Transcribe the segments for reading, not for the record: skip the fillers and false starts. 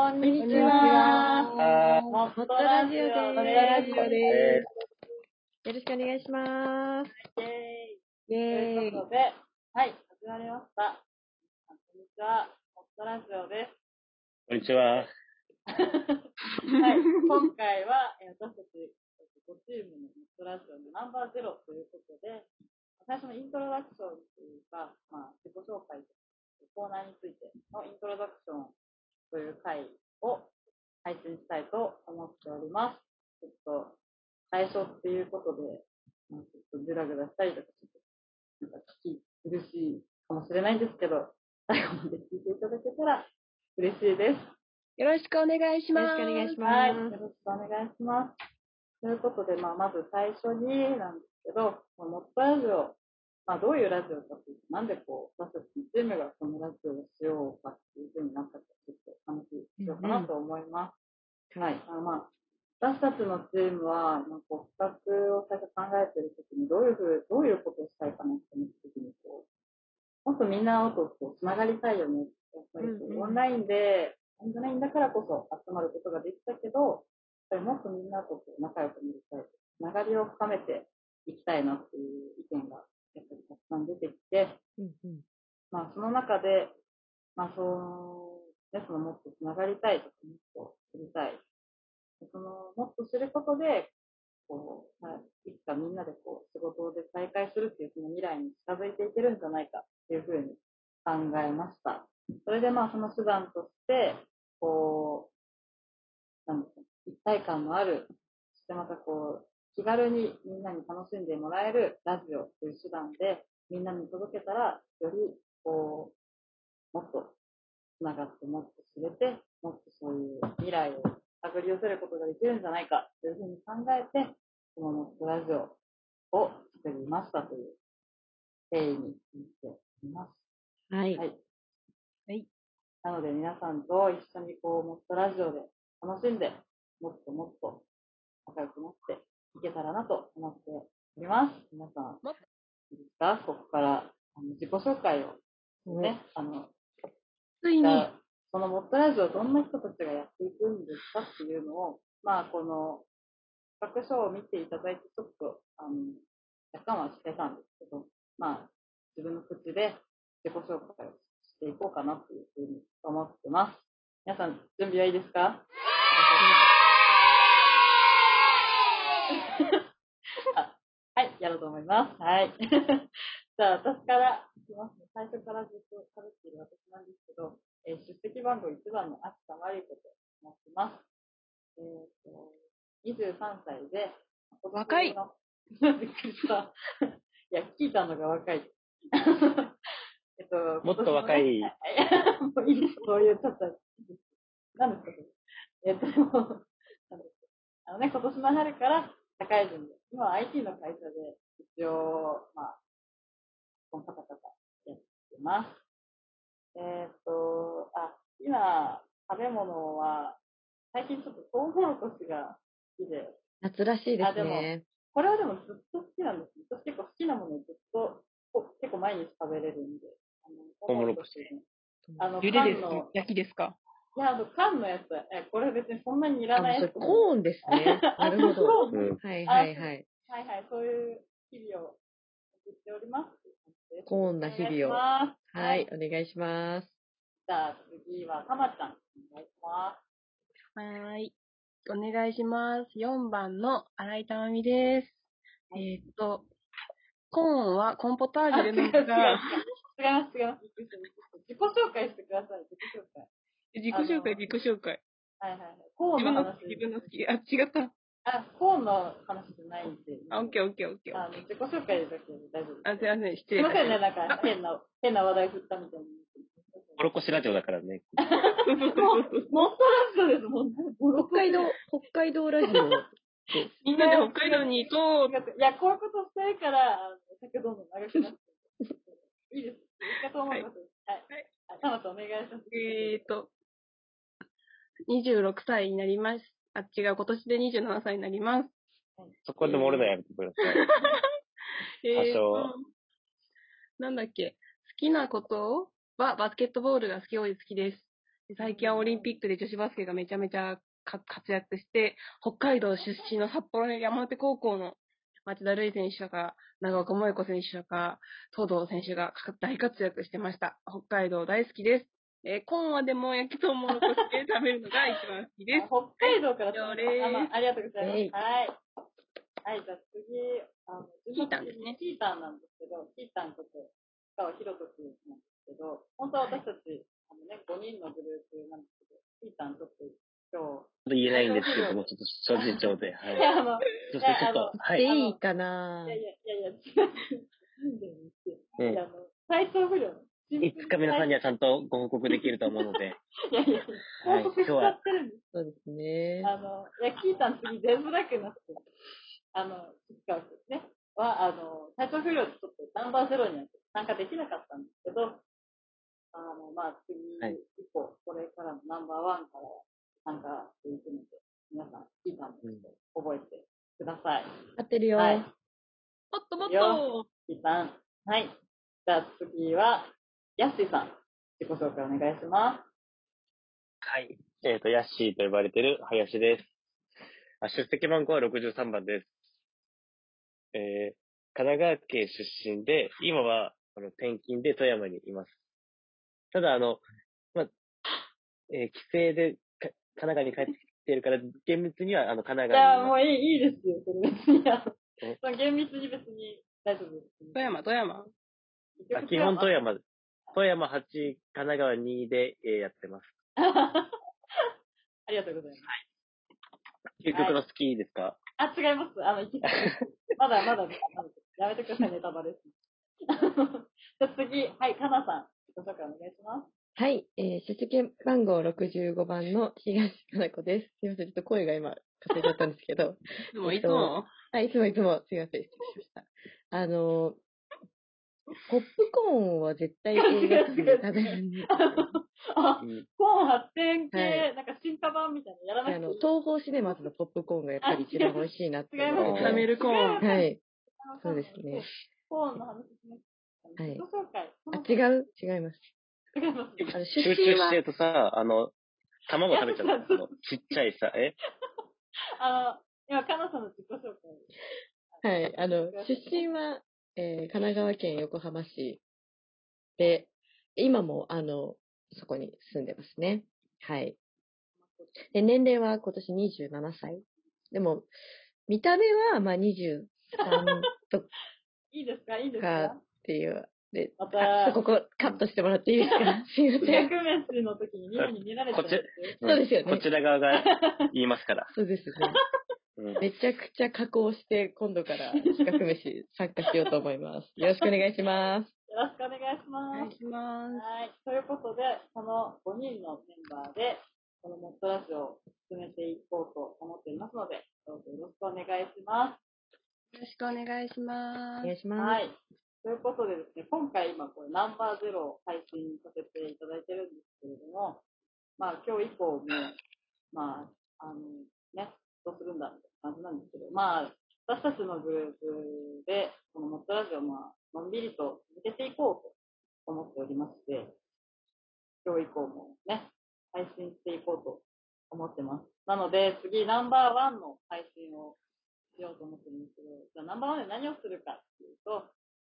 こんにちは。 モットラジオです。よろしくお願いします。 イェーイ。ということで、はい、始まりました。こんにちは。モットラジオです。 こんにちは。 はい、今回は、私たち5チームのモットラジオのナンバー0ということで、最初のイントロダクションというか、自己紹介とコーナーについてのイントロダクションという回を配信したいと思っております。ちょっと最初っていうことで、ちょっとグダグダしたりとか、ちょっとなんか聞き苦しいかもしれないんですけど、最後まで聞いていただけたら嬉しいです。 よろしくお願いします。よろしくお願いします。 はい、よろしくお願いします。ということで、まず最初になんですけど、モットラジオ、どういうラジオかというと、なんで私たちのチームがこのラジオをしようかっていうふうになったか、ちょっと話しようかなと思います。はい。私たちのチームは、企画を最初考えてるときに、どういうことをしたいかなって思ったときに、もっとみんなとつながりたいよね。やっぱりオンラインだからこそ集まることができたけど、やっぱりもっとみんなと仲良くなりたい。つながりを深めていきたいなっていう意見がやっぱりたくさん出てきて、その中で、そのもっとつながりたいとか、もっと知りたい。もっと知ることで、いつかみんなで仕事で再会するっていうその未来に近づいていけるんじゃないかっていうふうに考えました。それでその手段として、一体感のある、そしてまた気軽にみんなに楽しんでもらえるラジオという手段でみんなに届けたら、よりもっとつながって、もっと知れて、もっとそういう未来を手繰り寄せることができるんじゃないかというふうに考えて、このモットラジオを作りましたという経緯になっています。 はい。 なので皆さんと一緒にモットラジオで楽しんで、もっともっと仲良くなっていけたらなと思っております。皆さん、いいですか？ここから自己紹介をね、 ついにそのモットラジオをどんな人たちがやっていくんですかっていうのを、この企画書を見ていただいて、ちょっと若干はしてたんですけど、自分の口で自己紹介をしていこうかなというふうに思ってます。皆さん、準備はいいですか？はい、やろうと思います。はい。じゃあ、私からいきますね。最初からずっと喋っている私なんですけど、出席番号1番の秋田真理子と申します。23歳で、 若い。 びっくりした。いや、聞いたのが若い。 もっと若い。 もういいです。そういうちょっと、何ですか今年の春から社会人で、今は IT の会社で一応、このカタカタやってます。今、食べ物は、最近ちょっとトウモロコシが好きで。 夏らしいですね。 これはでもずっと好きなんです。私結構好きなものをずっと、結構毎日食べれるんで。 トウモロコシ。 茹でですか？焼きですか？ いや、缶のやつ、これ別にそんなにいらないやつ。 コーンですね。なるほど。はいはいはい。 はいはい、そういう日々を送っております。 コーンな日々を。はい、お願いします。 じゃあ次はたまちゃん、お願いします。 はい。お願いします。4番の新井たまみです。コーンはコーンポタージュで飲むが。 違います。自己紹介してください、 自己紹介。 はいはいはい。コーンの話。 自分の好き。あ、違った。 コーンの話じゃないんで。 オッケー。 自己紹介だけで大丈夫です。 あ、すいません、失礼します。すいませんね、なんか変な話題振ったみたいな。 モロコシラジオだからね。 モットラジオです。もう北海道ラジオ。 みんなで北海道に行こう。 いや、こういうことしたいから、酒どんどん長くなって。いいです。いいかと思います。はい。たまとお願いします。 26歳になります。あ、違う、今年で27歳になります。 そこでも俺らやめてください。 なんだっけ。好きなことはバスケットボールが好きです。 最近はオリンピックで女子バスケがめちゃめちゃ活躍して、北海道出身の札幌山手高校の町田瑠唯選手とか、長岡萌子選手とか、東堂選手が大活躍してました。北海道大好きです。コーンはでも焼きとうもろこしで食べるのが一番好きです。 北海道から以上です。 ありがとうございます。はい。はい、じゃあ次、 キータンですね。 キータンなんですけど、キータンこと、川ひろとくんなんですけど、本当は私たち、5人のグループなんですけど、キータンちょっと今日、 言えないんですけども、ちょっと諸事情で。はい。ちょっと、はい。 いいかな。 いや、違う。体調不良。 いつか皆さんにはちゃんとご報告できると思うので。 いや、報告しちゃってるんです。 そうですね。 キータン次出づらくなって、吉川君ね、は、体調不良でちょっとナンバーゼロには参加できなかったんですけど、次以降、これからのナンバーワンから参加していくので、皆さん、キータンとして覚えてください。 合ってるよ。 はい。 もっともっと。 キータン。はい。じゃあ次は、ヤッシーさん、自己紹介お願いします。 はい。ヤッシーと呼ばれている林です。出席番号は63番です。神奈川県出身で、今は転勤で富山にいます。ただ、帰省で神奈川に帰ってきてるから、厳密には神奈川にいます。 いや、もういいですよ、それ別に。厳密に別に大丈夫です。 富山。 基本富山、8、神奈川2でやってます。 ありがとうございます。 はい。究極の好きですか？ 違います。まだです。やめてください、ネタバレです。じゃあ次、はい、かなさん、自己紹介お願いします。 はい、出席番号65番の東かな子です。すいません、ちょっと声が今、かすれちゃったんですけど。 いつもはい、いつも、すいません、失礼しました。ポップコーンは絶対映画館で食べるんですよ。 コーン発展系、なんか進化版みたいなのやらなくていい。 東宝シネマズのポップコーンがやっぱり一番美味しいなって思ってて。 キャラメルコーン。 はい。そうですね。 コーンの話ですね。 はい。 違います。 集中してるとさ、卵食べちゃう。ちっちゃいさ、 今、かなさんの自己紹介。 はい。出身は、神奈川県横浜市で、今も、そこに住んでますね。はい。で、年齢は今年27歳。でも、見た目は、23といいですかっていう。で、 またここカットしてもらっていいですか？すいません。 逆飯の時にみんなに見られてる。 そうですよね。 こちら側が言いますから。 そうですね。めちゃくちゃ加工して、今度から企画飯参加しようと思います。よろしくお願いします。 よろしくお願いします。はい。ということで、この5人のメンバーで、このモットラジオを進めていこうと思っていますので、どうぞよろしくお願いします。 よろしくお願いします。 お願いします。 はい。ということでですね、今回今これナンバーゼロを配信させていただいてるんですけれども、今日以降も、どうするんだって感じなんですけど、私たちのグループで、このモットラジオをのんびりと続けていこうと思っておりまして、今日以降もね、配信していこうと思ってます。なので、次ナンバーワンの配信をしようと思ってるんですけど、じゃあナンバーワンで何をするかっていうと、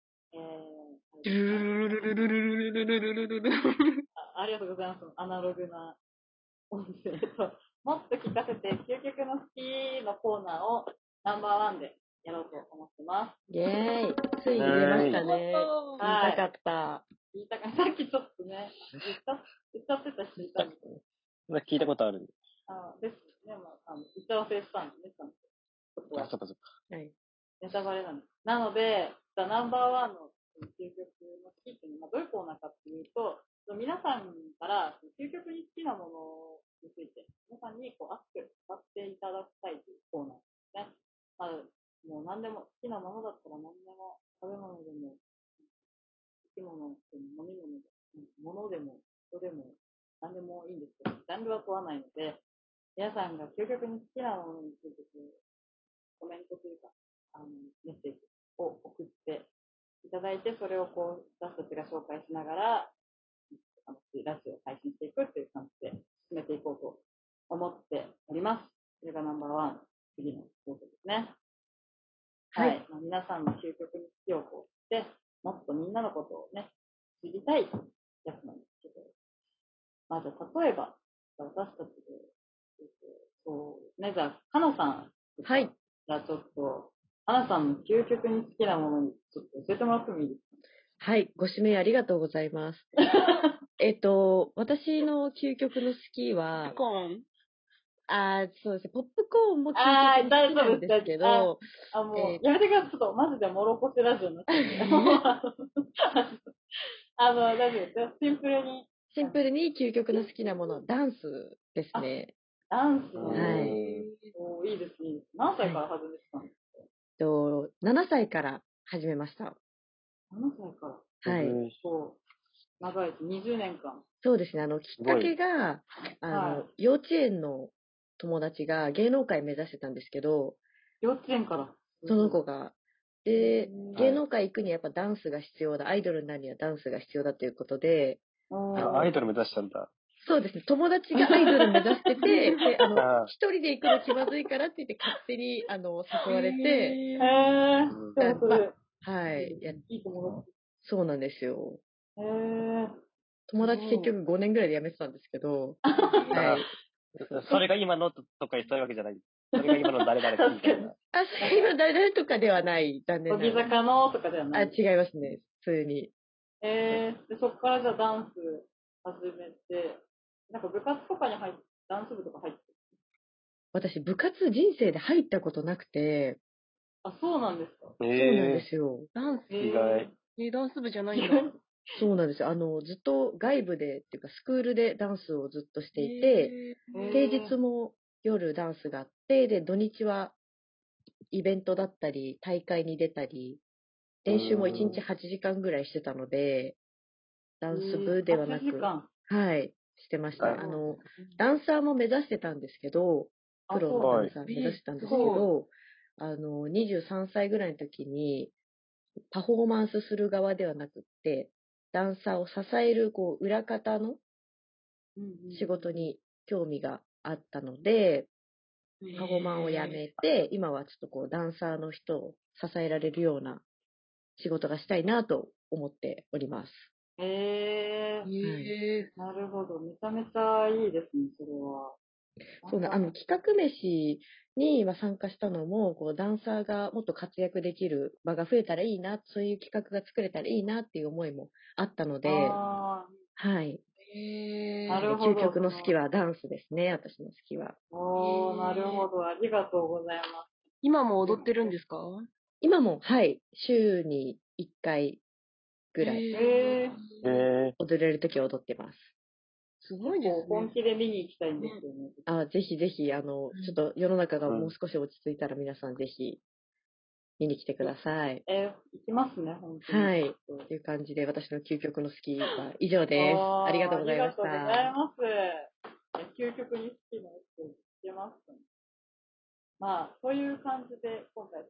ありがとうございます。アナログな音声と、もっと聞かせて、究極の好きのコーナーをナンバーワンでやろうと思ってます。 イェーイ。つい入れましたね。言いたかった。 さっきちょっとね、言っちゃってた人いたんですけど。 聞いたことある。 ですね。打ち合わせしたんですね。そこは。 そっか。 はい。ネタバレなんです。なので、ナンバーワンの究極の好きっていうのはどういうコーナーかっていうと、皆さんから究極に好きなものについて、皆さんに熱く語っていただきたいというコーナーですね。もう何でも、好きなものだったら何でも、食べ物でも、生き物でも、飲み物でも、物でも、人でも、何でもいいんですけど、ジャンルは問わないので、皆さんが究極に好きなものについてコメントというか、メッセージを送っていただいて、それを私たちが紹介しながら、 楽しいラジオを配信していくっていう感じで進めていこうと思っております。それがナンバーワン、次のことですね。はい。皆さんの究極に好きをこうして、もっとみんなのことをね、知りたいやつなんですけど、まあじゃあ例えば、私たちで、そうですね、じゃあ、かなさん。 はい。 じゃあちょっと、かなさんの究極に好きなものにちょっと教えてもらってもいいですか？ はい。ご指名ありがとうございます。私の究極の好きは、 コーン。 そうですね。ポップコーンも究極に好きなんですけど、 もう、やめてください。ちょっと、マジでもろこしラジオになっちゃうんで。大丈夫ですよ。シンプルに。 シンプルに究極の好きなものはダンスですね。 ダンス。 はい。 いいですね。何歳から始めてたんですか ？7歳から始めました。 7歳から。 はい。 長いです。20年間。 そうですね。きっかけが、幼稚園の友達が芸能界目指してたんですけど、 幼稚園から。 その子が。で、芸能界行くにはやっぱダンスが必要だ、アイドルになるにはダンスが必要だということで、 アイドル目指したんだ。 そうですね。友達がアイドル目指してて、で、一人で行くの気まずいからって言って勝手に、誘われて、はい。 いい友達。 そうなんですよ。友達結局5年ぐらいで辞めてたんですけど、はい。 それが今のとかそういうわけじゃない。それが今の誰々みたいな。 それ今誰々とかではない、残念ながら。 乃木坂のとかではない。 違いますね。普通に。 で、そこからじゃあダンス始めて、なんか部活とかにダンス部とか入ってる？ 私、部活人生で入ったことなくて。 そうなんですか？ そうなんですよ。 ダンス意外。 ダンス部じゃないんだ。 そうなんですよ。ずっと外部で、っていうかスクールでダンスをずっとしていて、平日も夜ダンスがあって、で、土日はイベントだったり、大会に出たり、練習も1日8時間ぐらいしてたので、ダンス部ではなく、はい、してました。ダンサーも目指してたんですけど、プロのダンサー目指してたんですけど、23歳ぐらいの時に、パフォーマンスする側ではなくって、ダンサーを支える、裏方の仕事に興味があったので、パフォーマンをやめて、今はちょっとダンサーの人を支えられるような仕事がしたいなと思っております。 なるほど。めちゃめちゃいいですね、それは。 企画飯に参加したのも、ダンサーがもっと活躍できる場が増えたらいいな、そういう企画が作れたらいいなっていう思いもあったので、はい。 なるほど。 究極の好きはダンスですね、私の好きは。 なるほど。ありがとうございます。 今も踊ってるんですか？ 今も、はい。週に1回ぐらい、踊れるときは踊ってます。 すごいですね。 本気で見に行きたいんですよね。 ぜひぜひ、ちょっと世の中がもう少し落ち着いたら皆さんぜひ見に来てください。 行きますね、本当に。 はい。という感じで、私の究極の好きは以上です。ありがとうございました。 ありがとうございます。究極に好きな人聞けますかね。まあ、そういう感じで、今回、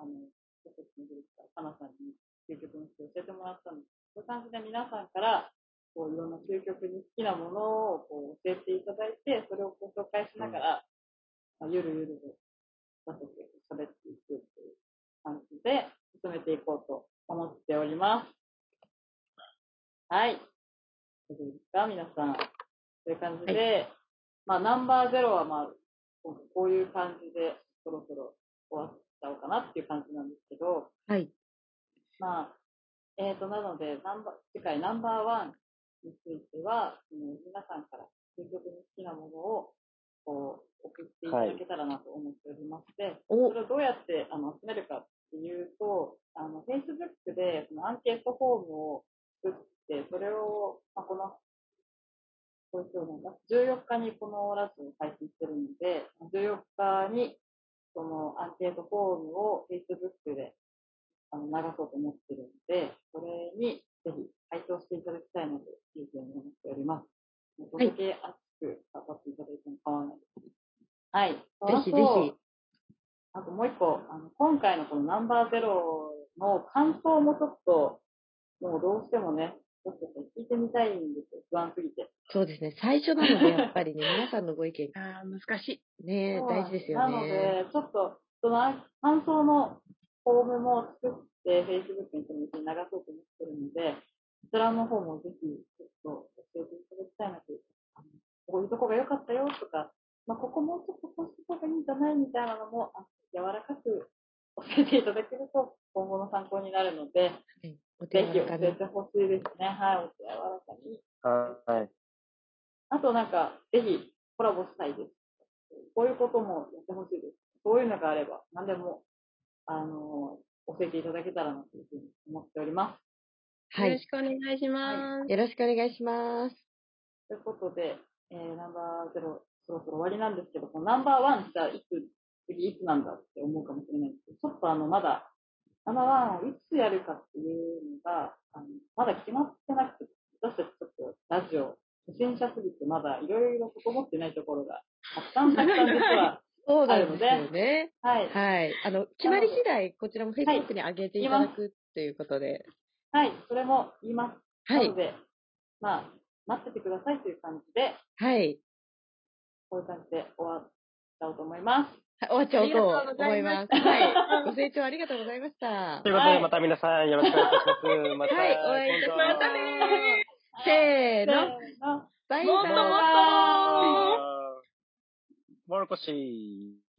かなさんに究極の好きを教えてもらったので、そういう感じで皆さんから、いろんな究極に好きなものを教えていただいて、それを紹介しながら、ゆるゆるで私たちが喋っていくという感じで進めていこうと思っております。はい。どうですか、皆さん。という感じで、ナンバー0はこういう感じでそろそろ終わっちゃおうかなっていう感じなんですけど、 はい。 なので、次回ナンバーワンについては、皆さんから究極に好きなものを送っていただけたらなと思っておりまして、それをどうやって集めるかっていうと、Facebook でそのアンケートフォームを作って、それを、14日にこのラジオを配信してるので、14日にそのアンケートフォームを Facebook で流そうと思ってるので、それにぜひ回答していただきたいので、いうふうに思っております。どれだけ熱く語っていただいても構わないです。はい。 ぜひぜひ。 あともう一個、今回のこのナンバー0の感想もちょっと、もうどうしてもね、 ちょっと聞いてみたいんですよ、不安すぎて。 そうですね。最初なので、やっぱりね、皆さんのご意見、 難しい。 ね、大事ですよなのね。 で、ちょっと、その感想のフォームも作って、Facebook にそのうちに流そうと思ってるので、こちらの方もぜひ、ちょっと教えていただきたいなというか、こういうとこが良かったよとか、ここもうちょっとこうした方がいいんじゃないみたいなのも、柔らかく教えていただけると、今後の参考になるので、 お手ぜひ柔らかに。 教えてほしいですね。はい、お手柔らかに。 はい。 あとぜひコラボしたいです。こういうこともやってほしいです。そういうのがあれば、何でも、教えていただけたらなというふうに思っております。 はい。 よろしくお願いします。 よろしくお願いします。 ということで、ナンバー0、そろそろ終わりなんですけど、このナンバー1じゃあ次いつなんだって思うかもしれないんですけど、ちょっとまだ、ナンバー1をいつやるかっていうのが、まだ決まってなくて、私たちちょっとラジオ、初心者すぎてまだいろいろ整ってないところがたくさん実はそうあるので、 なんですよね。 はい。 はい。決まり次第、こちらも Facebook に上げていただくということで。 はい、それも言います。 はい。 なので、待っててくださいという感じで、 はい。 こういう感じで終わっちゃおうと思います。 終わっちゃおうと思います。はい。ご清聴ありがとうございました。 ということで、また皆さんよろしくお願いいたします。また、 はい、お会いいたしましょう。せーの。バイバーイ。 もろこし。